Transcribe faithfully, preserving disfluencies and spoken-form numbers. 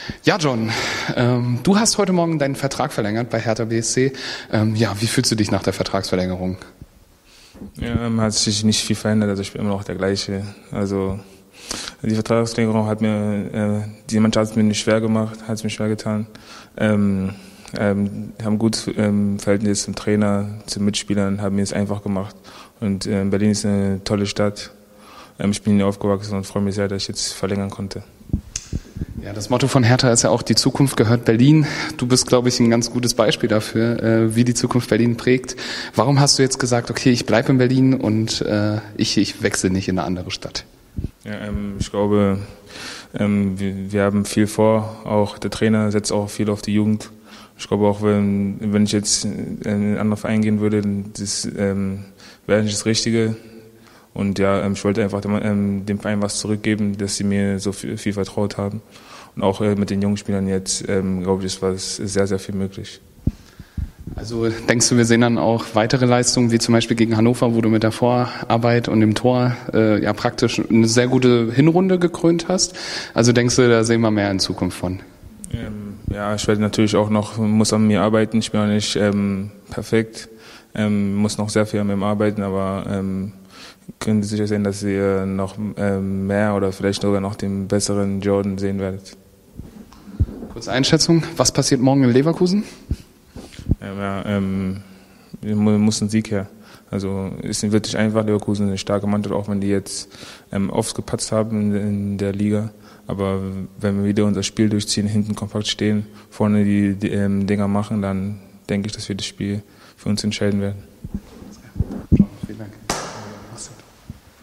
Ja, John, ähm, du hast heute Morgen deinen Vertrag verlängert bei Hertha B S C. Ähm, ja, wie fühlst du dich nach der Vertragsverlängerung? Ja, ähm, hat sich nicht viel verändert, also ich bin immer noch der gleiche. Also die Vertragsverlängerung hat mir, äh, die Mannschaft hat es mir nicht schwer gemacht, hat es mir schwer getan. Ähm, ähm, haben ein gutes ähm, Verhältnis zum Trainer, zu Mitspielern, haben mir es einfach gemacht. Und äh, Berlin ist eine tolle Stadt. Ähm, ich bin hier aufgewachsen und freue mich sehr, dass ich jetzt verlängern konnte. Ja, das Motto von Hertha ist ja auch, die Zukunft gehört Berlin. Du bist, glaube ich, ein ganz gutes Beispiel dafür, äh, wie die Zukunft Berlin prägt. Warum hast du jetzt gesagt, okay, ich bleibe in Berlin und äh, ich, ich wechsle nicht in eine andere Stadt? Ja, ähm, ich glaube, ähm, wir, wir haben viel vor. Auch der Trainer setzt auch viel auf die Jugend. Ich glaube auch, wenn, wenn ich jetzt in einen anderen Verein gehen würde, das ähm, wäre nicht das Richtige. Und ja, ich wollte einfach dem, dem Verein was zurückgeben, dass sie mir so viel, viel vertraut haben. Und auch mit den jungen Spielern jetzt, ähm, glaube ich, ist was sehr, sehr viel möglich. Also denkst du, wir sehen dann auch weitere Leistungen, wie zum Beispiel gegen Hannover, wo du mit der Vorarbeit und dem Tor äh, ja praktisch eine sehr gute Hinrunde gekrönt hast? Also denkst du, da sehen wir mehr in Zukunft von? Ähm, ja, ich werde natürlich auch noch, muss an mir arbeiten. Ich bin auch nicht ähm, perfekt, ähm, muss noch sehr viel an mir arbeiten, aber ähm, können Sie sicher sehen, dass ihr noch ähm, mehr oder vielleicht sogar noch den besseren Jordan sehen werdet. Kurze Einschätzung, was passiert morgen in Leverkusen? Ja, ja, ähm, muss ein Sieg her. Also ist nicht wirklich einfach, Leverkusen ist eine starke Mannschaft, auch wenn die jetzt ähm, oft gepatzt haben in, in der Liga. Aber wenn wir wieder unser Spiel durchziehen, hinten kompakt stehen, vorne die, die ähm, Dinger machen, dann denke ich, dass wir das Spiel für uns entscheiden werden.